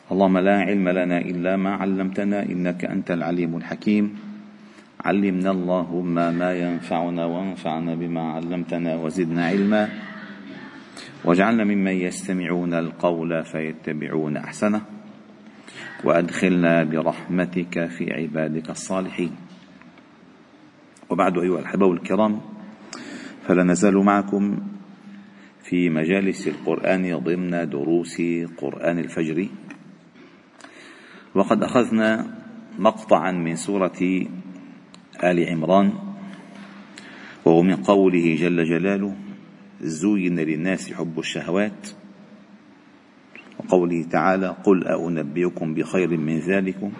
اللهم لا علم لنا إلا ما علمتنا إنك أنت العليم الحكيم. علمنا اللهم ما ينفعنا وانفعنا بما علمتنا وزدنا علما، واجعلنا ممن يستمعون القول فيتبعون أحسنه، وأدخلنا برحمتك في عبادك الصالحين. وبعد، أيها الأحبة الكرام، فلا نزال معكم في مجالس القرآن ضمن دروس قرآن الفجر، وقد أخذنا مقطعا من سورة آل عمران، وهو من قوله جل جلاله: زين للناس حب الشهوات، وقوله تعالى: قل أنبئكم بخير من ذلكم،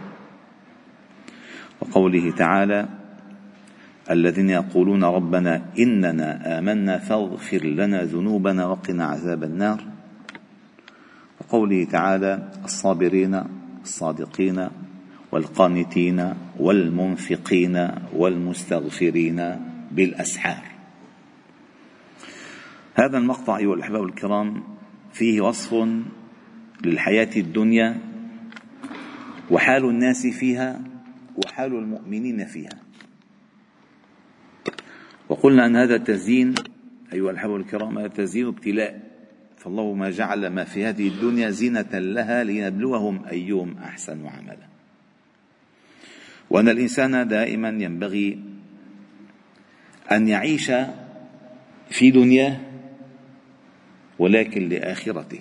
وقوله تعالى: الذين يقولون ربنا إننا آمنا فاغفر لنا ذنوبنا وقنا عذاب النار، وقوله تعالى: الصابرين الصادقين والقانتين والمنفقين والمستغفرين بالأسحار. هذا المقطع أيها الأحباب الكرام فيه وصف للحياة الدنيا وحال الناس فيها وحال المؤمنين فيها. وقلنا أن هذا التزيين أيها الأحباب الكرام هذا تزيين ابتلاء، فالله ما جعل ما في هذه الدنيا زينة لها لينبلوهم أيهم أحسن عملا. وأن الإنسان دائما ينبغي أن يعيش في دنياه ولكن لآخرته،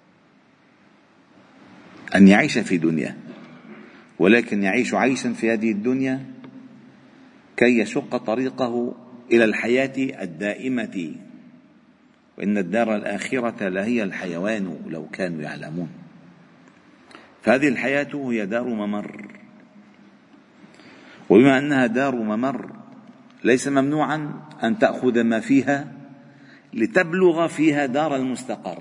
أن يعيش في دنياه ولكن يعيش عيشا في هذه الدنيا كي يشق طريقه إلى الحياة الدائمة، وإن الدار الآخرة لهي الحيوان لو كانوا يعلمون. فهذه الحياة هي دار ممر، وبما أنها دار ممر ليس ممنوعا أن تأخذ ما فيها لتبلغ فيها دار المستقر،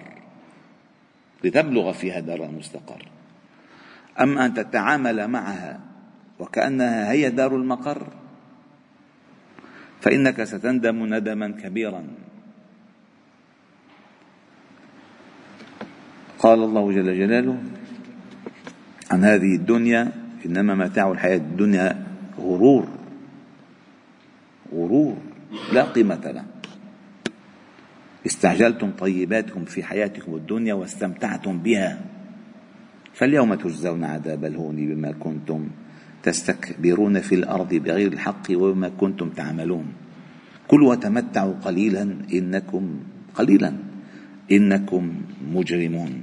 أما أن تتعامل معها وكأنها هي دار المقر فإنك ستندم ندما كبيرا. قال الله جل جلاله عن هذه الدنيا: إنما متاع الحياة الدنيا غرور لا قيمة له، استعجلتم طيباتكم في حياتكم الدنيا واستمتعتم بها، فاليوم تجزون عذاب الهون بما كنتم تستكبرون في الأرض بغير الحق وبما كنتم تعملون، كلوا وتمتعوا قليلا إنكم مجرمون.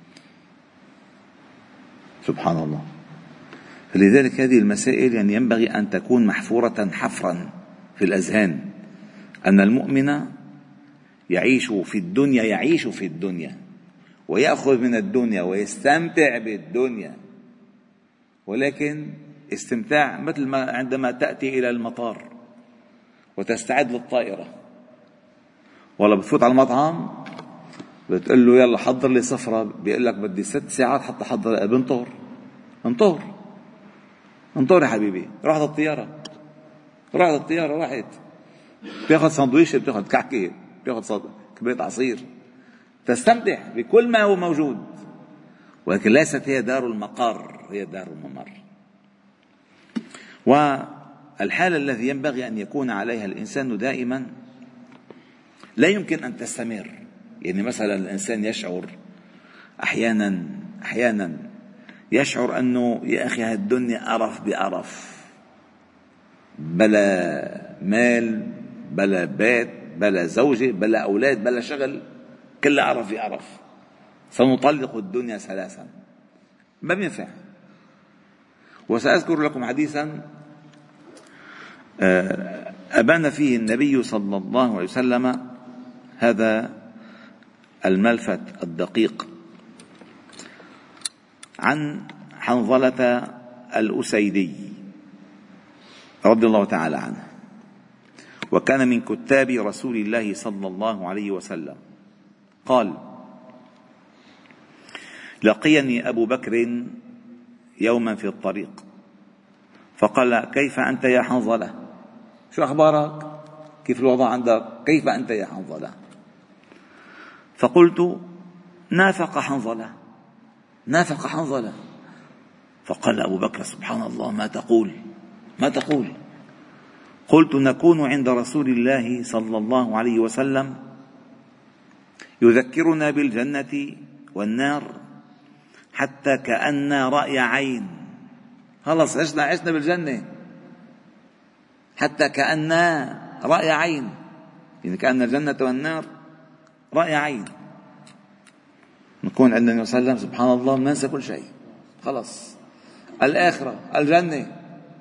سبحان الله. فلذلك هذه المسائل ينبغي أن تكون محفورة حفرا في الأذهان، أن المؤمن يعيش في الدنيا ويأخذ من الدنيا ويستمتع بالدنيا، ولكن استمتاع مثل ما عندما تأتي إلى المطار وتستعد للطائرة، ولا بتفوت على المطعم بتقول له يلا حضر لي سفرة، بيقول لك بدي 6 ساعات حتى حضر. انطر يا حبيبي. رحت الطيارة راحت بياخذ سندويشة، بياخذ كعكة، بياخذ كبيرة عصير، تستمتع بكل ما هو موجود، ولكن ليست هي دار المقر، هي دار الممر. والحالة الذي ينبغي أن يكون عليها الإنسان دائما لا يمكن أن تستمر. يعني مثلا الإنسان يشعر أحيانا يشعر أنه يا أخي هالدنيا قرف بقرف، بلا مال بلا بيت بلا زوجة بلا أولاد بلا شغل، كلها قرف بقرف، سنطلق الدنيا 3، ما بينفع. وسأذكر لكم حديثا أبان فيه النبي صلى الله عليه وسلم هذا الملفت الدقيق عن حنظلة الأسيدي رضي الله تعالى عنه، وكان من كتاب رسول الله صلى الله عليه وسلم. قال: لقيني أبو بكر يوما في الطريق فقال: كيف أنت يا حنظلة؟ شو أخبارك؟ كيف الوضع عندك؟ كيف أنت يا حنظلة؟ فقلت: نافق حنظلة. نافق حنظلة. فقال أبو بكر: سبحان الله، ما تقول؟ ما تقول؟ قلت: نكون عند رسول الله صلى الله عليه وسلم يذكرنا بالجنة والنار حتى كأن رأي عين. خلص عشنا بالجنة حتى كأن رأي عين، يعني كأن الجنة والنار رأي عين. نكون عند النبي صلى الله عليه وسلم سبحان الله ننسى كل شيء، خلص الآخرة الجنة.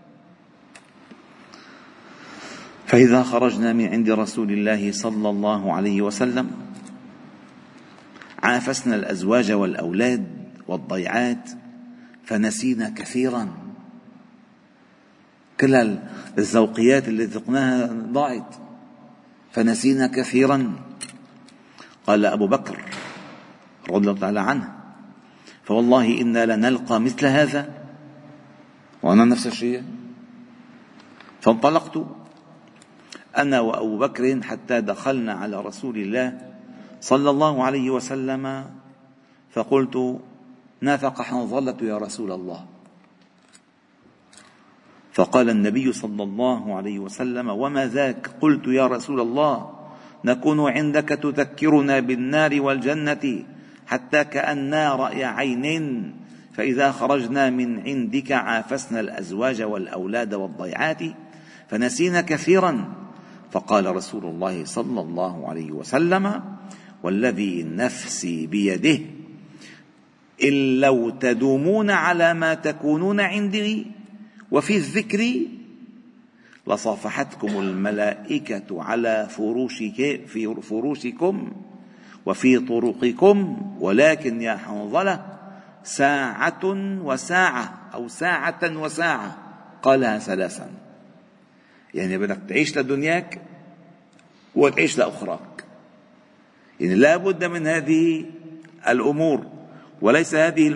فإذا خرجنا من عند رسول الله صلى الله عليه وسلم عافسنا الأزواج والأولاد والضيعات فنسينا كثيرا. كل الذوقيات اللي ذقناها ضاعت، فنسينا كثيرا. قال أبو بكر رضي الله تعالى عنه: فوالله إنا لنلقى مثل هذا. وأنا نفس الشيء. فانطلقت أنا وأبو بكر حتى دخلنا على رسول الله صلى الله عليه وسلم، فقلت: نافق حنظلة يا رسول الله. فقال النبي صلى الله عليه وسلم: وما ذاك؟ قلت: يا رسول الله، نكون عندك تذكرنا بالنار والجنة حتى كأننا رأي عين، فإذا خرجنا من عندك عافسنا الأزواج والأولاد والضيعات فنسينا كثيرا. فقال رسول الله صلى الله عليه وسلم: والذي نفسي بيده إن لو تدومون على ما تكونون عندي وفي الذكر لصافحتكم الملائكة على فروشكم وفي طرقكم، ولكن يا حنظلة ساعة وساعة أو ساعة وساعة. قالها ثلاثا، يعني بدك تعيش لدنياك وتعيش لأخراك، يعني لا بد من هذه الأمور. وليس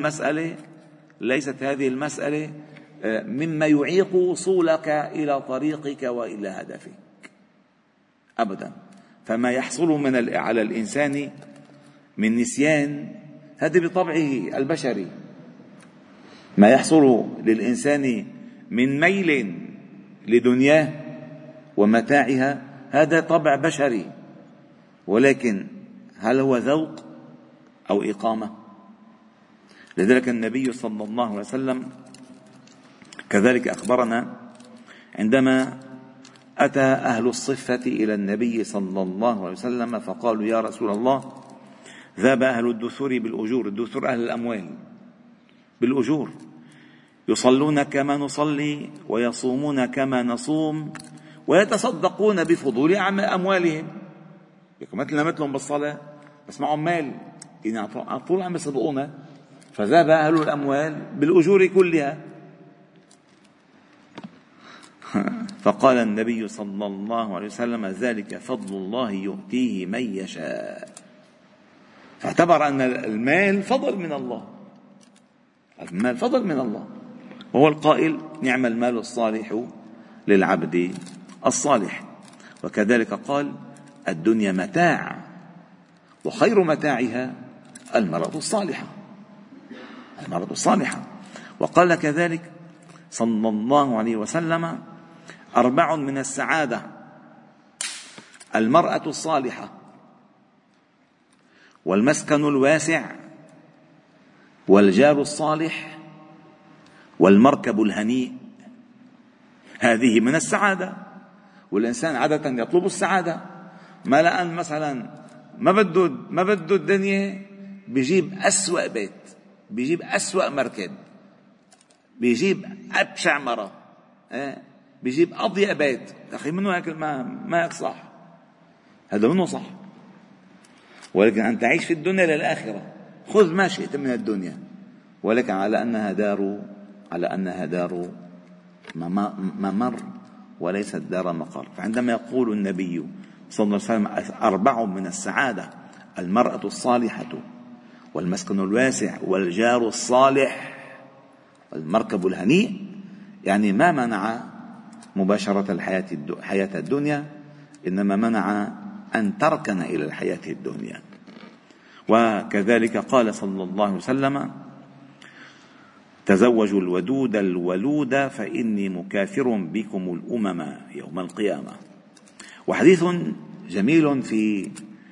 ليست هذه المسألة مما يعيق وصولك إلى طريقك وإلى هدفك أبدا. فما يحصل على الإنسان من نسيان هذا بطبعه البشري، ما يحصل للإنسان من ميل لدنياه ومتاعها هذا طبع بشري، ولكن هل هو ذوق أو إقامة؟ لذلك النبي صلى الله عليه وسلم كذلك أخبرنا عندما أتى أهل الصفة إلى النبي صلى الله عليه وسلم فقالوا: يا رسول الله، ذهب أهل الدثور بالأجور، الدثور أهل الأموال بالأجور، يصلون كما نصلي ويصومون كما نصوم ويتصدقون بفضول أموالهم، مثلهم بالصلاة بس معهم مال، يعني على طول عم يصدقونا. فذهب أهل الأموال بالأجور كلها. فقال النبي صلى الله عليه وسلم: ذلك فضل الله يؤتيه من يشاء. فاعتبر أن المال فضل من الله، المال فضل من الله، وهو القائل: نعم المال الصالح للعبد الصالح. وكذلك قال: الدنيا متاع وخير متاعها المرأة الصالحة، المرأة الصالحة. وقال كذلك صلى الله عليه وسلم: 4 من السعادة: المرأة الصالحة، والمسكن الواسع، والجار الصالح، والمركب الهنيء. هذه من السعادة. والإنسان عادة يطلب السعادة، ما لأن مثلا ما بده الدنيا بيجيب أسوأ بيت، بيجيب أسوأ مركب، بيجيب أبشع مرة، بيجيب أضيق بيت. أخي منه هيك ما هيك صح، هذا منه صح. ولكن أن تعيش في الدنيا للآخرة، خذ ما شئت من الدنيا، ولكن على أنها دار ممر وليست دار مقر. فعندما يقول النبي صلى الله عليه وسلم 4 من السعادة: المرأة الصالحة، والمسكن الواسع، والجار الصالح، والمركب الهنيء، يعني ما منع مباشرة الحياة الدنيا، إنما منع أن تركن إلى الحياة الدنيا. وكذلك قال صلى الله عليه وسلم: تزوجوا الودود الولود فإني مكاثر بكم الأمم يوم القيامة. وحديث جميل في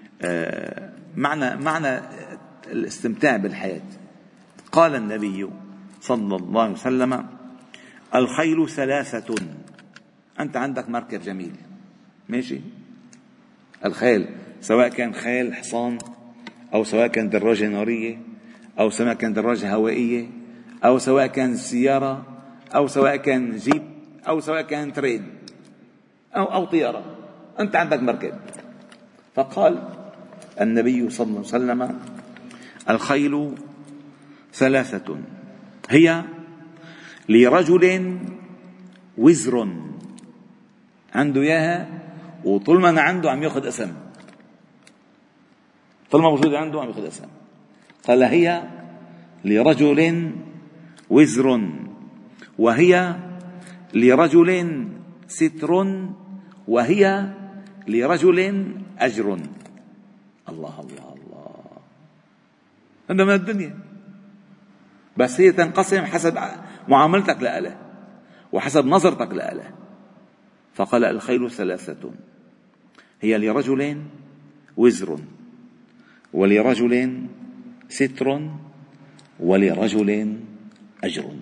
معنى الاستمتاع بالحياة. قال النبي صلى الله عليه وسلم: الخيل ثلاثة. أنت عندك مركب جميل ماشي، الخيل سواء كان خيل حصان، أو سواء كان دراجة نارية، أو سواء كان دراجة هوائية، أو سواء كان سيارة، أو سواء كان جيب، أو سواء كان ترين أو طيارة، أنت عندك مركب. فقال النبي صلى الله عليه وسلم: الخيل ثلاثة، هي لرجل وزر عنده إياها، وطول ما عنده عم يأخذ اسم، طول ما موجود عنده عم يأخذ اسم. قال: هي لرجل وزر، وهي لرجل ستر، وهي لرجل أجر. الله الله الله، هذا من الدنيا، بس هي تنقسم حسب معاملتك لأله وحسب نظرتك لأله. فقال: الخيل ثلاثة، هي لرجل وزر، ولرجل ستر، ولرجل أجر.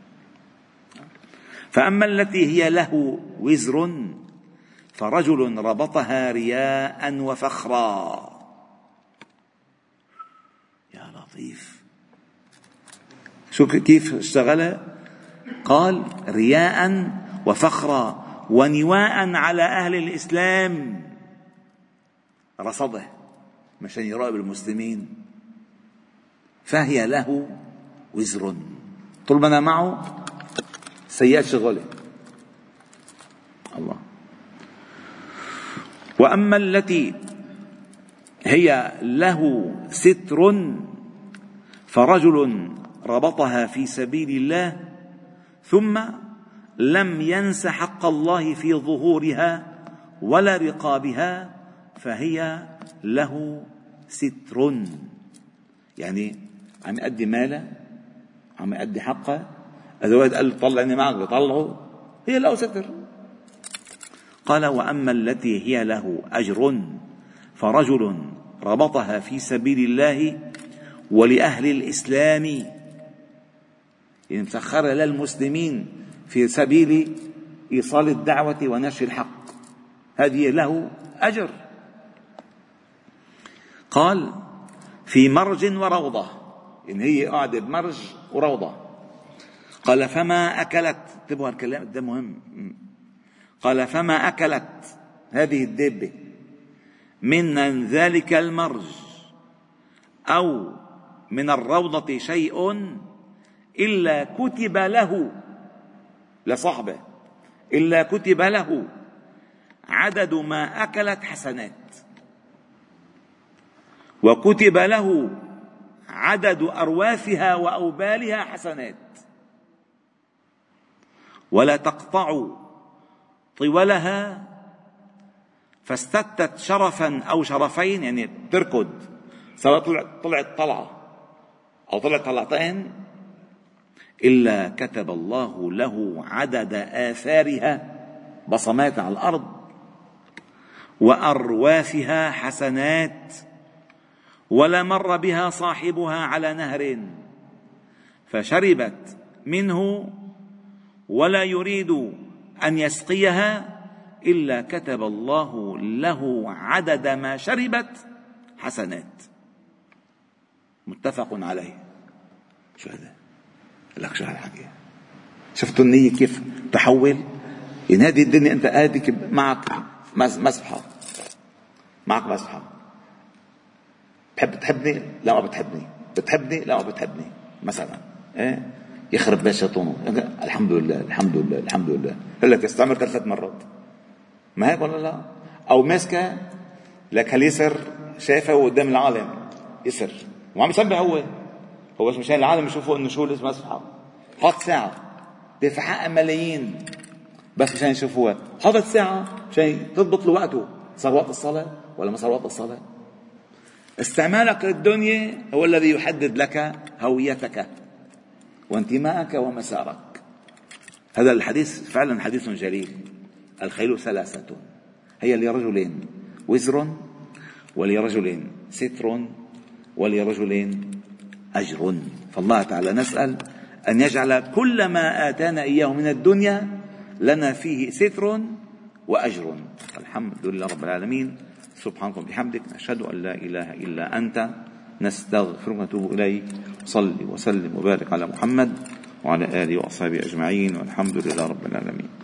فأما التي هي له وزر فرجل ربطها رياء وفخرا. يا لطيف، شو كيف اشتغل؟ قال: رياء وفخرا ونواء على أهل الإسلام، رصده مشان يراقب المسلمين. فهي له وزر، طول ما أنا معه سيئات شغله. الله. وأما التي هي له ستر فرجل ربطها في سبيل الله ثم لم ينس حق الله في ظهورها ولا رقابها فهي له ستر. يعني عم يأدي ماله، عم يأدي حقه. إذا واحد قال له طلعني معك بطلعه، هي له ستر. قال: وأما التي هي له أجر فرجل ربطها في سبيل الله ولأهل الإسلام، يعني مسخرها للمسلمين في سبيل إيصال الدعوة ونشر الحق، هذه له أجر. قال: في مرج وروضة، إن هي قاعدة بمرج وروضة. قال: فما أكلت، انتبهوا الكلام ده مهم. قال: فما أكلت هذه الدابة من ذلك المرج أو من الروضة شيء إلا كتب له، لصاحبه، إلا كتب له عدد ما أكلت حسنات، وكتب له عدد أرواثها وأوبالها حسنات، ولا تقطع طولها فاستتت شرفا أو شرفين، يعني تركض سواء طلعت طلعة أو طلعت طلعتين، إلا كتب الله له عدد آثارها، بصمات على الأرض، وأرواثها حسنات، ولا مر بها صاحبها على نهر فشربت منه ولا يريد أن يسقيها إلا كتب الله له عدد ما شربت حسنات. متفق عليه. شو هذا؟ لك شو هالحكي؟ شفتوا النية كيف تحول؟ يعني هذه الدنيا أنت هذيك معك مسبحة، معك مسبحة، تحبني؟ لا ما بتحبني، بتحبني؟ لا ما بتحبني مثلا، إيه؟ يخرب بيت شيطانه، الحمد لله الحمد لله الحمد لله، هلا تستعمل 3 مرات، ما هيك ولا لا؟ أو ماسكة لك هاليسر شايفه قدام العالم يسر وعم يسبح، هو بس مشان العالم يشوفوا انه شو الاسم مسبحة. حط ساعة دافع حقها ملايين بس مشان يشوفوها، حطت ساعة مشان تضبط له وقته، صار وقت الصلاة ولا ما صار وقت الصلاة. استعمالك للدنيا هو الذي يحدد لك هويتك. وانتماءك ومسارك. هذا الحديث فعلا حديث جليل. الخيل ثلاثة، هي لرجل وزر، ولرجل ستر، ولرجل أجر. فالله تعالى نسأل أن يجعل كل ما آتانا إياه من الدنيا لنا فيه ستر وأجر. الحمد لله رب العالمين. سبحانك وبحمدك، نشهد أن لا إله إلا أنت، نستغفرك ونتوب إليك. صل وسلم وبارك على محمد وعلى آله وأصحابه أجمعين، والحمد لله رب العالمين.